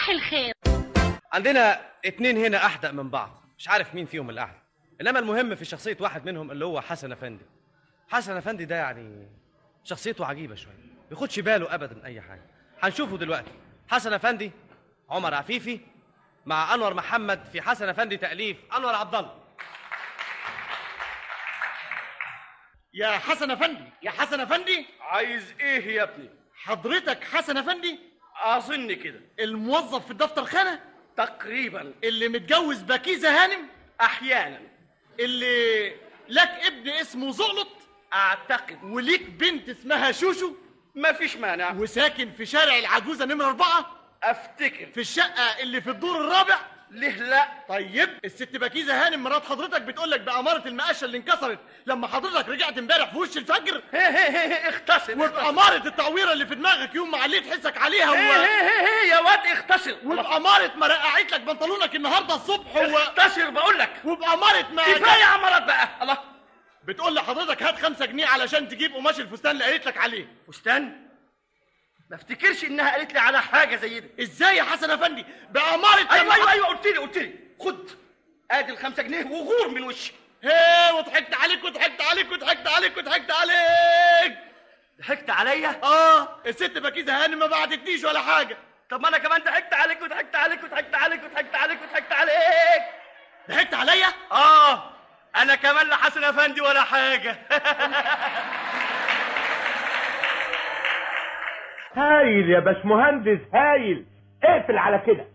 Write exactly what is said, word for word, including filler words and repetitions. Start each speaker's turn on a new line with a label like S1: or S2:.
S1: صباح الخير.
S2: عندنا اتنين هنا احدق من بعض، مش عارف مين فيهم الاحدق، انما المهم في شخصيه واحد منهم اللي هو حسن افندي. حسن افندي ده يعني شخصيته عجيبه شويه، ما بياخدش باله ابدا من اي حاجه. هنشوفه دلوقتي. حسن افندي عمر عفيفي مع انور محمد في حسن افندي تاليف انور عبد الله.
S3: يا حسن افندي، يا حسن افندي،
S4: عايز ايه يا ابني؟
S3: حضرتك حسن افندي؟
S4: اظن كده.
S3: الموظف في الدفتر خانه؟
S4: تقريبا.
S3: اللي متجوز بكيزه هانم؟
S4: احيانا.
S3: اللي لك ابن اسمه زغلط؟
S4: اعتقد.
S3: وليك بنت اسمها شوشو؟
S4: مفيش مانع.
S3: وساكن في شارع العجوزه نمره أربعة؟
S4: افتكر.
S3: في الشقه اللي في الدور الرابع؟
S4: ليه لا؟
S3: طيب الست بكيزه هانم مرات حضرتك بتقول لك بأمارة المقشه اللي انكسرت لما حضرتك رجعت امبارح في وش الفجر؟
S4: هي هي هي اختصر.
S3: وبأمارة التعويره اللي في دماغك يوم ما عليت حسك عليها و...
S4: هي هي هي يا واد اختصر.
S3: وبأمارة ما رقعت لك بنطلونك النهارده الصبح و...
S4: اختصر بقول لك.
S3: وبأمارة ما
S4: كفايه عمرات بقى. الله.
S3: بتقول لحضرتك هات خمسة جنيه علشان تجيب قماش الفستان اللي قالت لك عليه.
S4: فستان؟ ما افتكرش انها قالت لي على حاجه زي دي.
S3: ازاي يا حسن افندي؟ بأمارة
S4: ايوه ايوه ايوه قلت لي قلت لي خد ادي الخمسة جنيه وغور من وشي.
S3: هي وضحكت عليك وضحكت عليك وضحكت عليك وضحكت عليك.
S4: ضحكت عليا؟
S3: اه الست بكيزه هانم ما بعتتنيش ولا حاجه.
S4: طب ما انا كمان ضحكت عليك وضحكت عليك وضحكت عليك وضحكت عليك وضحكت عليك.
S3: ضحكت عليا؟
S4: اه انا كمان لا حسن افندي ولا حاجه.
S5: هايل يا باشمهندس هايل. اقفل على كده.